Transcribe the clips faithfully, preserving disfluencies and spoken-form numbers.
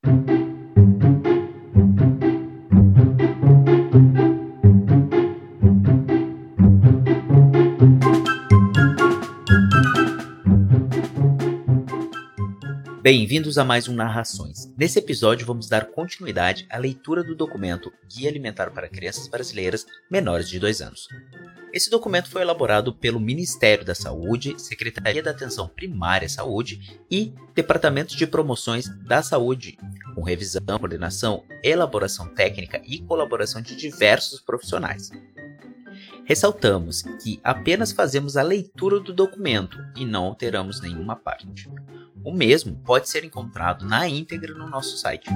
Bem-vindos a mais um Narrações. Nesse episódio vamos dar continuidade à leitura do documento Guia Alimentar para Crianças Brasileiras Menores de dois anos. Esse documento foi elaborado pelo Ministério da Saúde, Secretaria da Atenção Primária à Saúde e Departamentos de Promoções da Saúde, com revisão, coordenação, elaboração técnica e colaboração de diversos profissionais. Ressaltamos que apenas fazemos a leitura do documento e não alteramos nenhuma parte. O mesmo pode ser encontrado na íntegra no nosso site.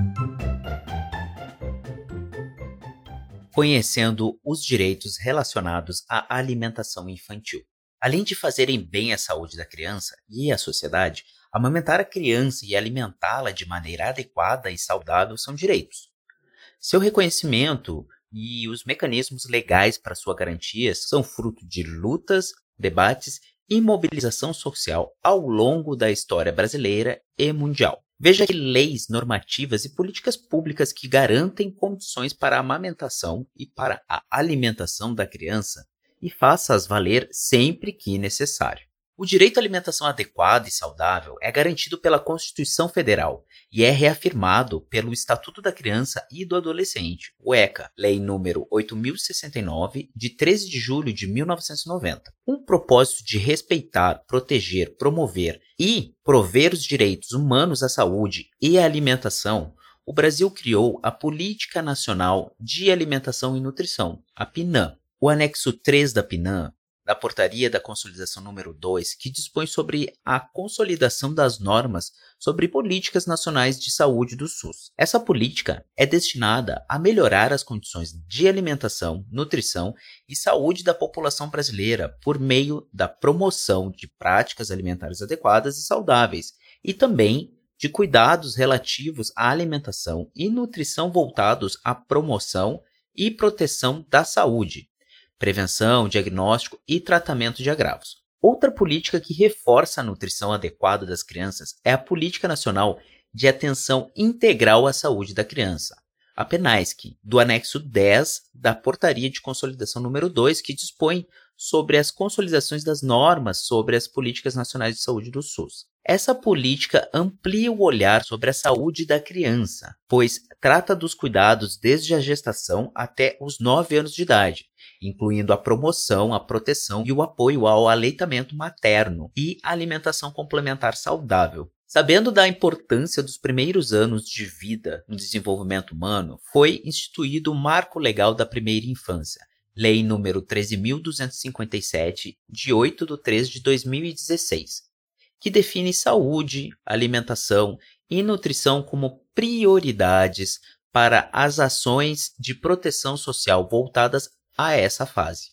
Conhecendo os direitos relacionados à alimentação infantil. Além de fazerem bem à saúde da criança e à sociedade, amamentar a criança e alimentá-la de maneira adequada e saudável são direitos. Seu reconhecimento e os mecanismos legais para sua garantia são fruto de lutas, debates e mobilização social ao longo da história brasileira e mundial. Veja que leis normativas e políticas públicas que garantem condições para a amamentação e para a alimentação da criança e faça-as valer sempre que necessário. O direito à alimentação adequada e saudável é garantido pela Constituição Federal e é reafirmado pelo Estatuto da Criança e do Adolescente, o ECA, Lei número oito mil e sessenta e nove, de treze de julho de mil novecentos e noventa. Com o propósito de respeitar, proteger, promover e prover os direitos humanos à saúde e à alimentação, o Brasil criou a Política Nacional de Alimentação e Nutrição, a PNAE. O anexo três da PNAE, da Portaria da Consolidação número dois, que dispõe sobre a consolidação das normas sobre políticas nacionais de saúde do SUS. Essa política é destinada a melhorar as condições de alimentação, nutrição e saúde da população brasileira por meio da promoção de práticas alimentares adequadas e saudáveis e também de cuidados relativos à alimentação e nutrição voltados à promoção e proteção da saúde, prevenção, diagnóstico e tratamento de agravos. Outra política que reforça a nutrição adequada das crianças é a Política Nacional de Atenção Integral à Saúde da Criança, a PNASC, do anexo dez da Portaria de Consolidação número dois, que dispõe sobre as consolidações das normas sobre as políticas nacionais de saúde do SUS. Essa política amplia o olhar sobre a saúde da criança, pois trata dos cuidados desde a gestação até os nove anos de idade, incluindo a promoção, a proteção e o apoio ao aleitamento materno e alimentação complementar saudável. Sabendo da importância dos primeiros anos de vida no desenvolvimento humano, foi instituído o Marco Legal da Primeira Infância, Lei número treze mil duzentos e cinquenta e sete, de oito de três de dois mil e dezesseis, que define saúde, alimentação e nutrição como prioridades para as ações de proteção social voltadas a essa fase.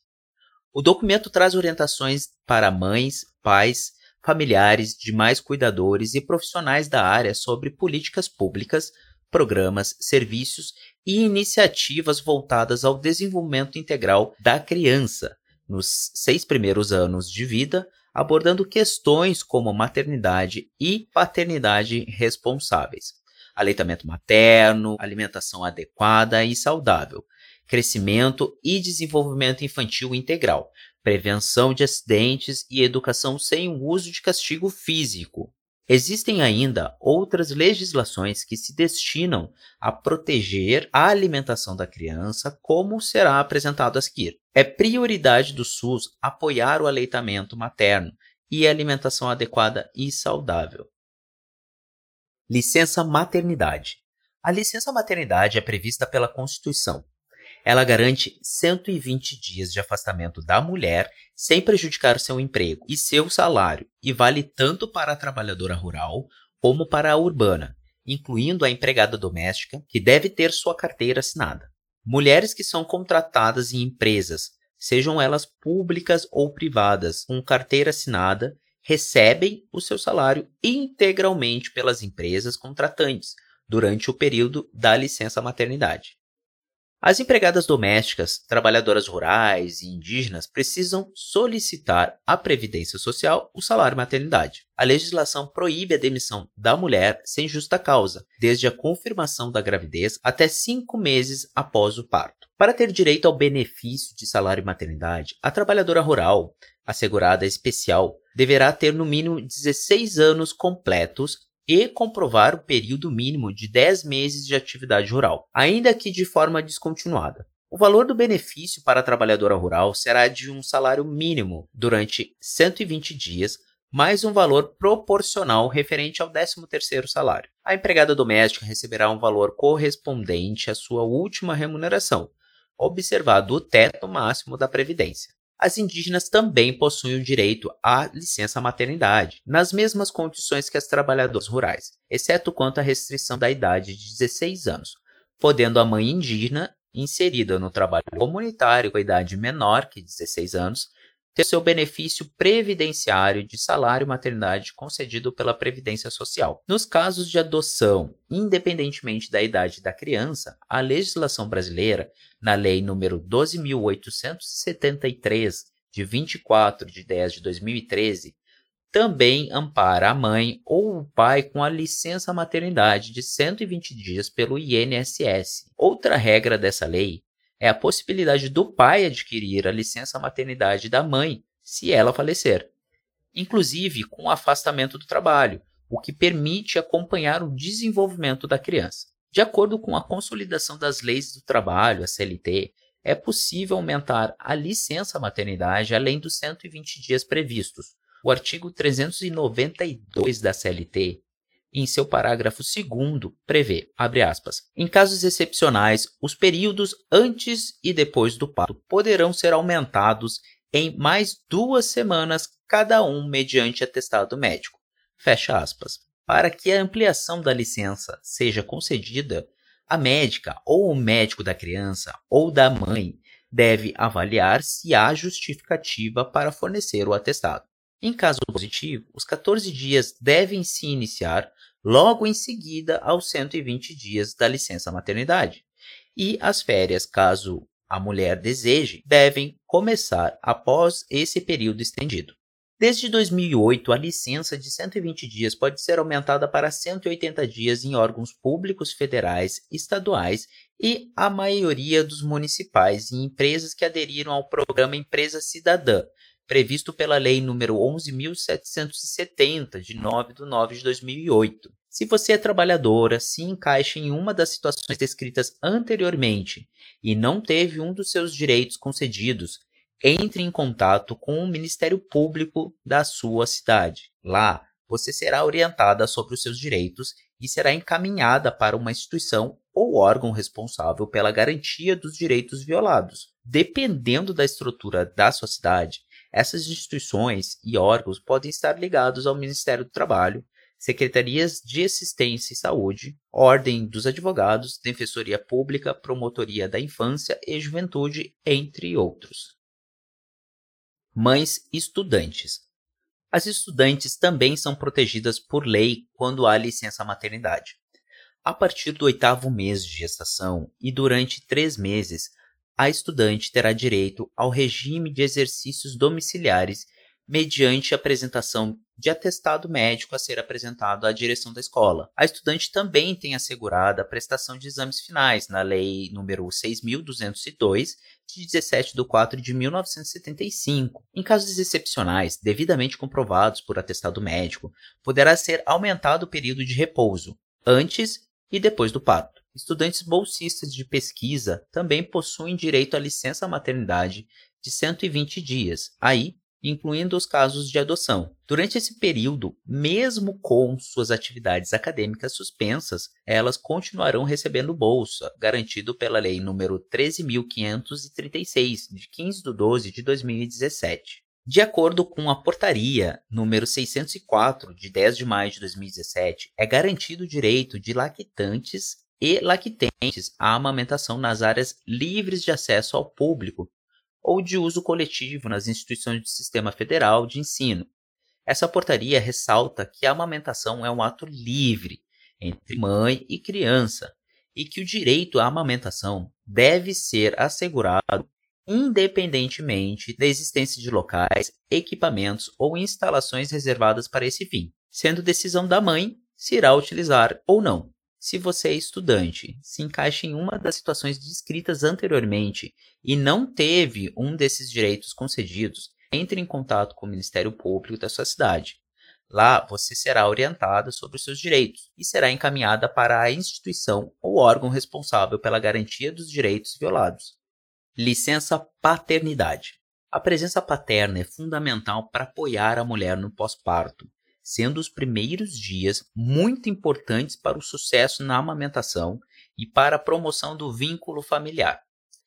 O documento traz orientações para mães, pais, familiares, demais cuidadores e profissionais da área sobre políticas públicas, programas, serviços e iniciativas voltadas ao desenvolvimento integral da criança nos seis primeiros anos de vida, abordando questões como maternidade e paternidade responsáveis, aleitamento materno, alimentação adequada e saudável, crescimento e desenvolvimento infantil integral, prevenção de acidentes e educação sem o uso de castigo físico. Existem ainda outras legislações que se destinam a proteger a alimentação da criança, como será apresentado a seguir. É prioridade do SUS apoiar o aleitamento materno e a alimentação adequada e saudável. Licença maternidade. A licença maternidade é prevista pela Constituição. Ela garante cento e vinte dias de afastamento da mulher sem prejudicar seu emprego e seu salário, e vale tanto para a trabalhadora rural como para a urbana, incluindo a empregada doméstica, que deve ter sua carteira assinada. Mulheres que são contratadas em empresas, sejam elas públicas ou privadas, com carteira assinada, recebem o seu salário integralmente pelas empresas contratantes durante o período da licença maternidade. As empregadas domésticas, trabalhadoras rurais e indígenas precisam solicitar à Previdência Social o salário maternidade. A legislação proíbe a demissão da mulher sem justa causa, desde a confirmação da gravidez até cinco meses após o parto. Para ter direito ao benefício de salário maternidade, a trabalhadora rural, assegurada especial, deverá ter no mínimo dezesseis anos completos e comprovar o período mínimo de dez meses de atividade rural, ainda que de forma descontinuada. O valor do benefício para a trabalhadora rural será de um salário mínimo durante cento e vinte dias, mais um valor proporcional referente ao décimo terceiro salário. A empregada doméstica receberá um valor correspondente à sua última remuneração, observado o teto máximo da Previdência. As indígenas também possuem o direito à licença maternidade, nas mesmas condições que as trabalhadoras rurais, exceto quanto à restrição da idade de dezesseis anos, podendo a mãe indígena, inserida no trabalho comunitário com a idade menor que dezesseis anos, ter seu benefício previdenciário de salário maternidade concedido pela Previdência Social. Nos casos de adoção, independentemente da idade da criança, a legislação brasileira, na Lei nº doze mil oitocentos e setenta e três, de vinte e quatro de dez de dois mil e treze, também ampara a mãe ou o pai com a licença maternidade de cento e vinte dias pelo I N S S. Outra regra dessa lei é a possibilidade do pai adquirir a licença maternidade da mãe se ela falecer, inclusive com afastamento do trabalho, o que permite acompanhar o desenvolvimento da criança. De acordo com a Consolidação das Leis do Trabalho, a C L T, é possível aumentar a licença maternidade além dos cento e vinte dias previstos. O artigo trezentos e noventa e dois da C L T, em seu parágrafo segundo, prevê, abre aspas, em casos excepcionais, os períodos antes e depois do parto poderão ser aumentados em mais duas semanas cada um mediante atestado médico, fecha aspas. Para que a ampliação da licença seja concedida, a médica ou o médico da criança ou da mãe deve avaliar se há justificativa para fornecer o atestado. Em caso positivo, os quatorze dias devem se iniciar logo em seguida aos cento e vinte dias da licença maternidade, e as férias, caso a mulher deseje, devem começar após esse período estendido. Desde dois mil e oito, a licença de cento e vinte dias pode ser aumentada para cento e oitenta dias em órgãos públicos federais, estaduais e a maioria dos municipais e empresas que aderiram ao programa Empresa Cidadã, previsto pela Lei nº onze mil setecentos e setenta, de nove de nove de dois mil e oito. Se você é trabalhadora, se encaixa em uma das situações descritas anteriormente e não teve um dos seus direitos concedidos, entre em contato com o Ministério Público da sua cidade. Lá, você será orientada sobre os seus direitos e será encaminhada para uma instituição ou órgão responsável pela garantia dos direitos violados. Dependendo da estrutura da sua cidade, essas instituições e órgãos podem estar ligados ao Ministério do Trabalho, Secretarias de Assistência e Saúde, Ordem dos Advogados, Defensoria Pública, Promotoria da Infância e Juventude, entre outros. Mães estudantes. As estudantes também são protegidas por lei quando há licença maternidade. A partir do oitavo mês de gestação e durante três meses, a estudante terá direito ao regime de exercícios domiciliares mediante apresentação de atestado médico a ser apresentado à direção da escola. A estudante também tem assegurada a prestação de exames finais na Lei nº seis mil duzentos e dois, de dezessete de quatro de mil novecentos e setenta e cinco. Em casos excepcionais, devidamente comprovados por atestado médico, poderá ser aumentado o período de repouso, antes e depois do parto. Estudantes bolsistas de pesquisa também possuem direito à licença maternidade de cento e vinte dias, aí incluindo os casos de adoção. Durante esse período, mesmo com suas atividades acadêmicas suspensas, elas continuarão recebendo bolsa, garantido pela Lei nº treze mil quinhentos e trinta e seis, de quinze de doze de dois mil e dezessete. De acordo com a Portaria número seiscentos e quatro, de dez de maio de dois mil e dezessete, é garantido o direito de lactantes e lactentes à amamentação nas áreas livres de acesso ao público ou de uso coletivo nas instituições do Sistema Federal de Ensino. Essa portaria ressalta que a amamentação é um ato livre entre mãe e criança e que o direito à amamentação deve ser assegurado independentemente da existência de locais, equipamentos ou instalações reservadas para esse fim, sendo decisão da mãe se irá utilizar ou não. Se você é estudante, se encaixa em uma das situações descritas anteriormente e não teve um desses direitos concedidos, entre em contato com o Ministério Público da sua cidade. Lá, você será orientada sobre os seus direitos e será encaminhada para a instituição ou órgão responsável pela garantia dos direitos violados. Licença paternidade. A presença paterna é fundamental para apoiar a mulher no pós-parto, sendo os primeiros dias muito importantes para o sucesso na amamentação e para a promoção do vínculo familiar.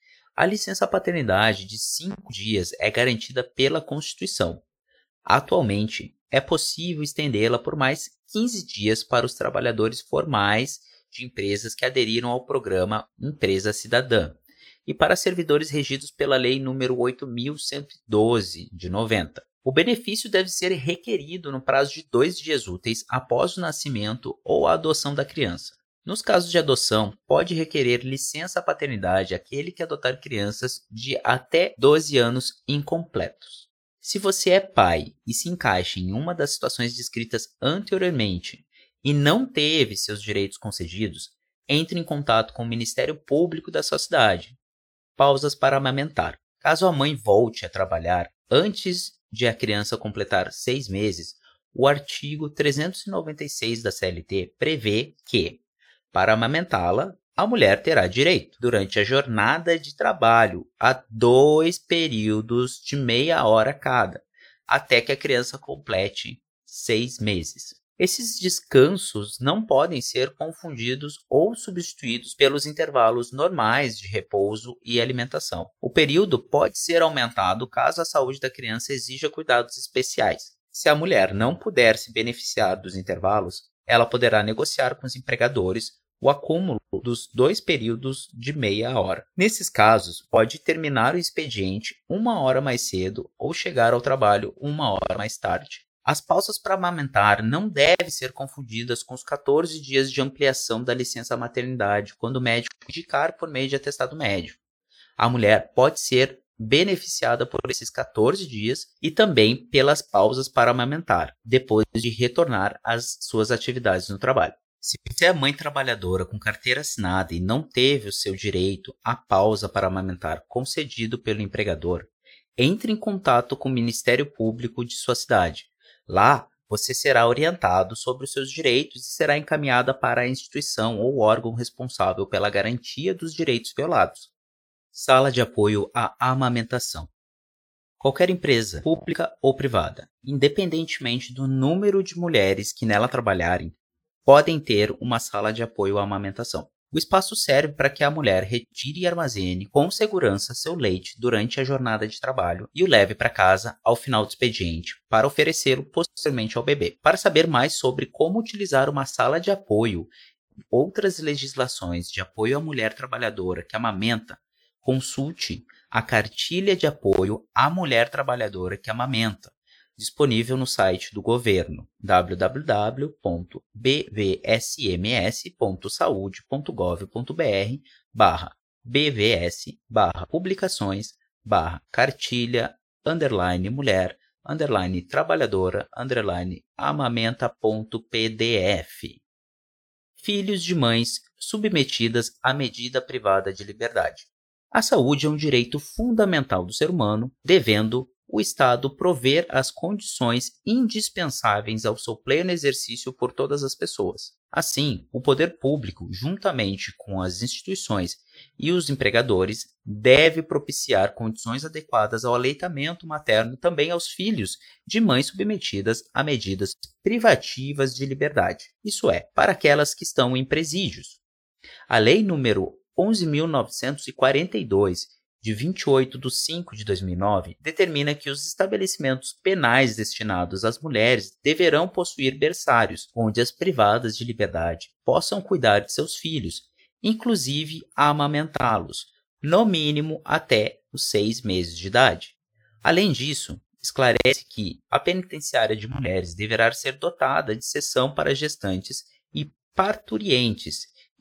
A licença paternidade de cinco dias é garantida pela Constituição. Atualmente, é possível estendê-la por mais quinze dias para os trabalhadores formais de empresas que aderiram ao programa Empresa Cidadã e para servidores regidos pela Lei número oito mil cento e doze, de noventa. O benefício deve ser requerido no prazo de dois dias úteis após o nascimento ou a adoção da criança. Nos casos de adoção, pode requerer licença paternidade aquele que adotar crianças de até doze anos incompletos. Se você é pai e se encaixa em uma das situações descritas anteriormente e não teve seus direitos concedidos, entre em contato com o Ministério Público da sua cidade. Pausas para amamentar. Caso a mãe volte a trabalhar antes de a criança completar seis meses, o artigo trezentos e noventa e seis da C L T prevê que, para amamentá-la, a mulher terá direito, durante a jornada de trabalho, a dois períodos de meia hora cada, até que a criança complete seis meses. Esses descansos não podem ser confundidos ou substituídos pelos intervalos normais de repouso e alimentação. O período pode ser aumentado caso a saúde da criança exija cuidados especiais. Se a mulher não puder se beneficiar dos intervalos, ela poderá negociar com os empregadores o acúmulo dos dois períodos de meia hora. Nesses casos, pode terminar o expediente uma hora mais cedo ou chegar ao trabalho uma hora mais tarde. As pausas para amamentar não devem ser confundidas com os quatorze dias de ampliação da licença maternidade, quando o médico indicar por meio de atestado médico. A mulher pode ser beneficiada por esses quatorze dias e também pelas pausas para amamentar, depois de retornar às suas atividades no trabalho. Se você é mãe trabalhadora com carteira assinada e não teve o seu direito à pausa para amamentar concedido pelo empregador, entre em contato com o Ministério Público de sua cidade. Lá, você será orientado sobre os seus direitos e será encaminhada para a instituição ou órgão responsável pela garantia dos direitos violados. Sala de apoio à amamentação. Qualquer empresa, pública ou privada, independentemente do número de mulheres que nela trabalharem, podem ter uma sala de apoio à amamentação. O espaço serve para que a mulher retire e armazene com segurança seu leite durante a jornada de trabalho e o leve para casa ao final do expediente, para oferecê-lo posteriormente ao bebê. Para saber mais sobre como utilizar uma sala de apoio e outras legislações de apoio à mulher trabalhadora que amamenta, consulte a Cartilha de Apoio à Mulher Trabalhadora que Amamenta, disponível no site do governo w w w ponto b v s m s ponto saude ponto gov ponto b r barra b v s barra publicações barra cartilha underline mulher underline trabalhadora underline amamenta ponto p d f. Filhos de mães submetidas à medida privada de liberdade. A saúde é um direito fundamental do ser humano, devendo o Estado prover as condições indispensáveis ao seu pleno exercício por todas as pessoas. Assim, o poder público, juntamente com as instituições e os empregadores, deve propiciar condições adequadas ao aleitamento materno também aos filhos de mães submetidas a medidas privativas de liberdade, isso é, para aquelas que estão em presídios. A Lei número onze mil novecentos e quarenta e dois, de vinte e oito de cinco de dois mil e nove, determina que os estabelecimentos penais destinados às mulheres deverão possuir berçários, onde as privadas de liberdade possam cuidar de seus filhos, inclusive amamentá-los, no mínimo até os seis meses de idade. Além disso, esclarece que a penitenciária de mulheres deverá ser dotada de seção para gestantes e parturientes,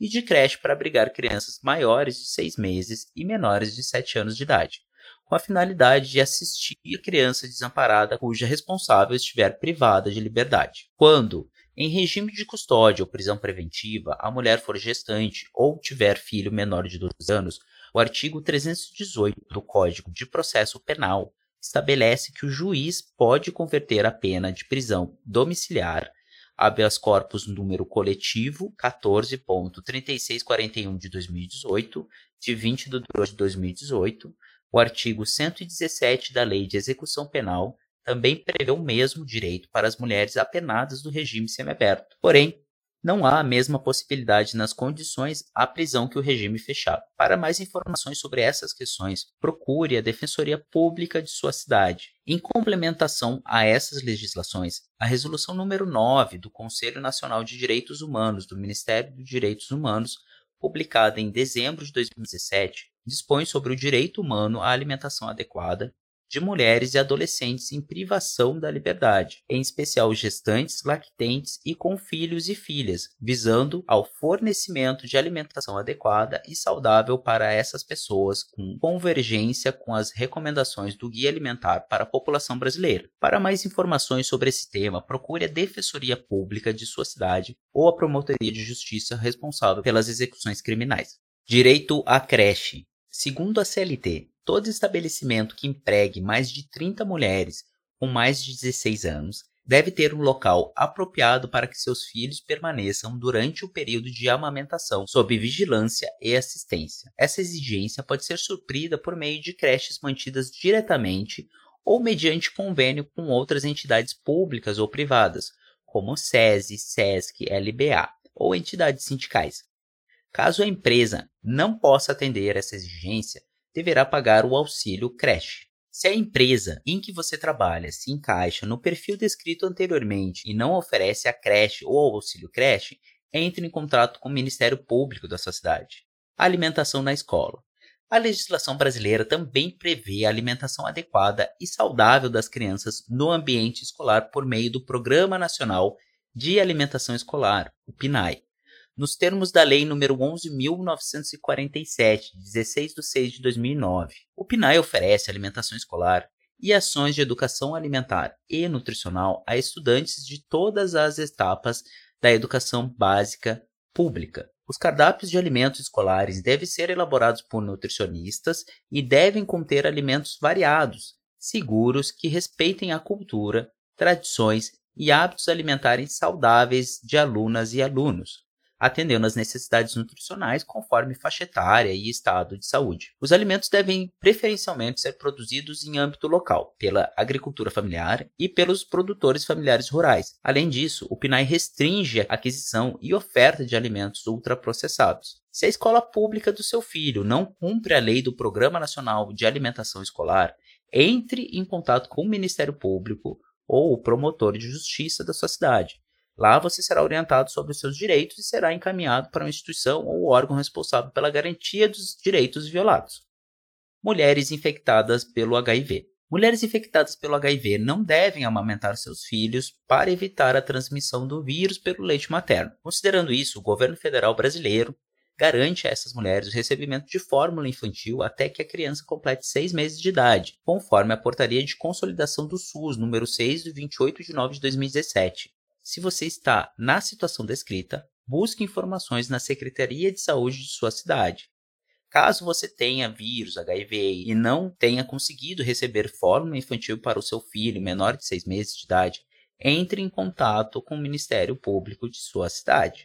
e de creche para abrigar crianças maiores de seis meses e menores de sete anos de idade, com a finalidade de assistir a criança desamparada cuja responsável estiver privada de liberdade. Quando, em regime de custódia ou prisão preventiva, a mulher for gestante ou tiver filho menor de doze anos, o artigo trezentos e dezoito do Código de Processo Penal estabelece que o juiz pode converter a pena de prisão domiciliar, habeas corpus número coletivo quatorze ponto trinta e seis quarenta e um de dois mil e dezoito, de vinte de dois de dois mil e dezoito, o artigo cento e dezessete da Lei de Execução Penal também prevê o mesmo direito para as mulheres apenadas do regime semiaberto. Porém, não há a mesma possibilidade nas condições à prisão que o regime fechado. Para mais informações sobre essas questões, procure a Defensoria Pública de sua cidade. Em complementação a essas legislações, a Resolução número nove do Conselho Nacional de Direitos Humanos do Ministério dos Direitos Humanos, publicada em dezembro de dois mil e dezessete, dispõe sobre o direito humano à alimentação adequada de mulheres e adolescentes em privação da liberdade, em especial gestantes, lactentes e com filhos e filhas, visando ao fornecimento de alimentação adequada e saudável para essas pessoas, com convergência com as recomendações do Guia Alimentar para a População Brasileira. Para mais informações sobre esse tema, procure a Defensoria Pública de sua cidade ou a Promotoria de Justiça responsável pelas execuções criminais. Direito à creche. Segundo a C L T, todo estabelecimento que empregue mais de trinta mulheres com mais de dezesseis anos deve ter um local apropriado para que seus filhos permaneçam durante o período de amamentação, sob vigilância e assistência. Essa exigência pode ser suprida por meio de creches mantidas diretamente ou mediante convênio com outras entidades públicas ou privadas, como SESI, SESC, L B A ou entidades sindicais. Caso a empresa não possa atender essa exigência, deverá pagar o auxílio creche. Se a empresa em que você trabalha se encaixa no perfil descrito anteriormente e não oferece a creche ou o auxílio creche, entre em contato com o Ministério Público da sua cidade. Alimentação na escola. A legislação brasileira também prevê a alimentação adequada e saudável das crianças no ambiente escolar por meio do Programa Nacional de Alimentação Escolar, o PNAE. Nos termos da Lei nº onze mil novecentos e quarenta e sete, de dezesseis de seis de dois mil e nove, o PNAE oferece alimentação escolar e ações de educação alimentar e nutricional a estudantes de todas as etapas da educação básica pública. Os cardápios de alimentos escolares devem ser elaborados por nutricionistas e devem conter alimentos variados, seguros, que respeitem a cultura, tradições e hábitos alimentares saudáveis de alunas e alunos, atendendo às necessidades nutricionais conforme faixa etária e estado de saúde. Os alimentos devem preferencialmente ser produzidos em âmbito local, pela agricultura familiar e pelos produtores familiares rurais. Além disso, o PNAE restringe a aquisição e oferta de alimentos ultraprocessados. Se a escola pública do seu filho não cumpre a lei do Programa Nacional de Alimentação Escolar, entre em contato com o Ministério Público ou o promotor de justiça da sua cidade. Lá você será orientado sobre os seus direitos e será encaminhado para uma instituição ou órgão responsável pela garantia dos direitos violados. Mulheres infectadas pelo H I V. Mulheres infectadas pelo H I V não devem amamentar seus filhos para evitar a transmissão do vírus pelo leite materno. Considerando isso, o governo federal brasileiro garante a essas mulheres o recebimento de fórmula infantil até que a criança complete seis meses de idade, conforme a Portaria de Consolidação do SUS número seis de vinte e oito de nove de dois mil e dezessete. Se você está na situação descrita, busque informações na Secretaria de Saúde de sua cidade. Caso você tenha vírus H I V e não tenha conseguido receber fórmula infantil para o seu filho menor de seis meses de idade, entre em contato com o Ministério Público de sua cidade.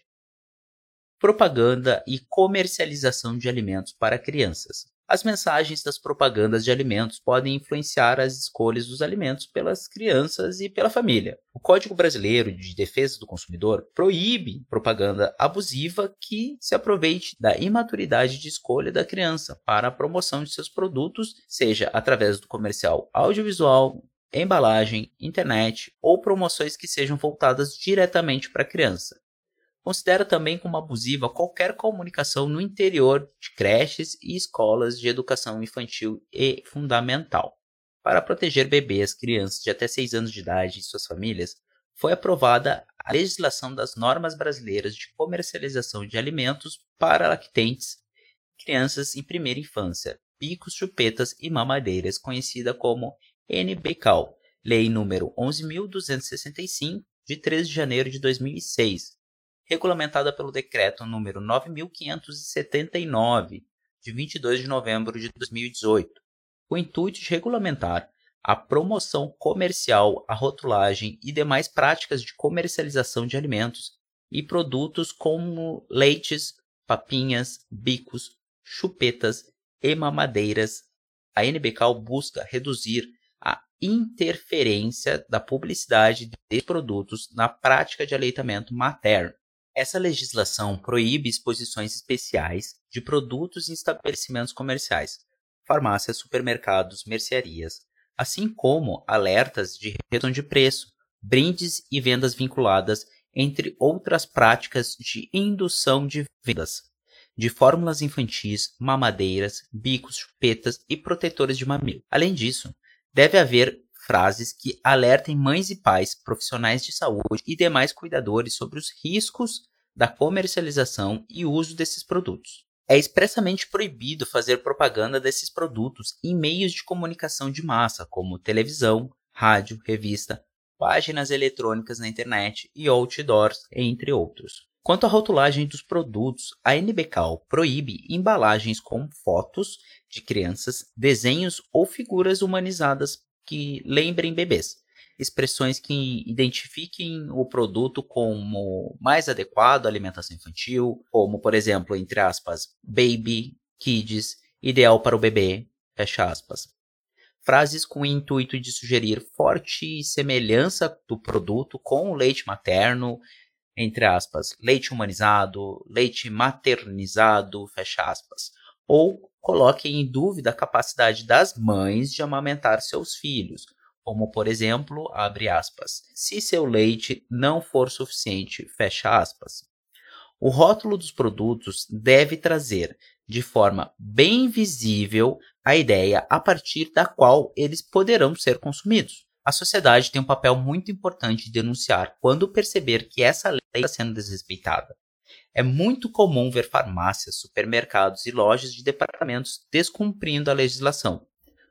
Propaganda e comercialização de alimentos para crianças. As mensagens das propagandas de alimentos podem influenciar as escolhas dos alimentos pelas crianças e pela família. O Código Brasileiro de Defesa do Consumidor proíbe propaganda abusiva que se aproveite da imaturidade de escolha da criança para a promoção de seus produtos, seja através do comercial audiovisual, embalagem, internet ou promoções que sejam voltadas diretamente para a criança. Considera também como abusiva qualquer comunicação no interior de creches e escolas de educação infantil e fundamental. Para proteger bebês, crianças de até seis anos de idade e suas famílias, foi aprovada a legislação das normas brasileiras de comercialização de alimentos para lactentes, crianças em primeira infância, bicos, chupetas e mamadeiras, conhecida como N B C A L, Lei número onze mil duzentos e sessenta e cinco, de três de janeiro de dois mil e seis, regulamentada pelo Decreto número nove mil quinhentos e setenta e nove, de vinte e dois de novembro de dois mil e dezoito, com o intuito de regulamentar a promoção comercial, a rotulagem e demais práticas de comercialização de alimentos e produtos como leites, papinhas, bicos, chupetas e mamadeiras. A N B C A L busca reduzir a interferência da publicidade de produtos na prática de aleitamento materno. Essa legislação proíbe exposições especiais de produtos em estabelecimentos comerciais, farmácias, supermercados, mercearias, assim como alertas de redução de preço, brindes e vendas vinculadas, entre outras práticas de indução de vendas, de fórmulas infantis, mamadeiras, bicos, chupetas e protetores de mamilo. Além disso, deve haver frases que alertem mães e pais, profissionais de saúde e demais cuidadores sobre os riscos da comercialização e uso desses produtos. É expressamente proibido fazer propaganda desses produtos em meios de comunicação de massa, como televisão, rádio, revista, páginas eletrônicas na internet e outdoors, entre outros. Quanto à rotulagem dos produtos, a N B C A L proíbe embalagens com fotos de crianças, desenhos ou figuras humanizadas que lembrem bebês, expressões que identifiquem o produto como mais adequado à alimentação infantil, como, por exemplo, entre aspas, baby, kids, ideal para o bebê, fecha aspas. Frases com o intuito de sugerir forte semelhança do produto com o leite materno, entre aspas, leite humanizado, leite maternizado, fecha aspas, ou coloquem em dúvida a capacidade das mães de amamentar seus filhos, como, por exemplo, abre aspas, se seu leite não for suficiente, fecha aspas. O rótulo dos produtos deve trazer, de forma bem visível, a ideia a partir da qual eles poderão ser consumidos. A sociedade tem um papel muito importante em denunciar quando perceber que essa lei está sendo desrespeitada. É muito comum ver farmácias, supermercados e lojas de departamentos descumprindo a legislação.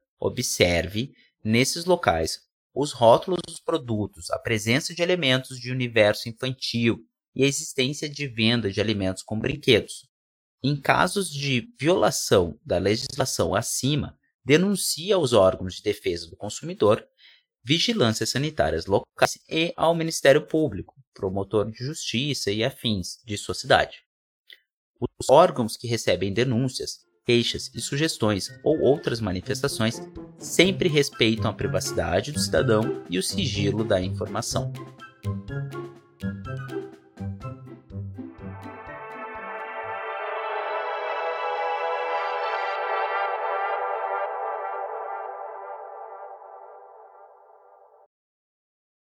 Observe, nesses locais, os rótulos dos produtos, a presença de elementos de universo infantil e a existência de venda de alimentos com brinquedos. Em casos de violação da legislação acima, denuncie aos órgãos de defesa do consumidor, vigilâncias sanitárias locais e ao Ministério Público, promotor de justiça e afins de sua cidade. Os órgãos que recebem denúncias, queixas e sugestões ou outras manifestações sempre respeitam a privacidade do cidadão e o sigilo da informação.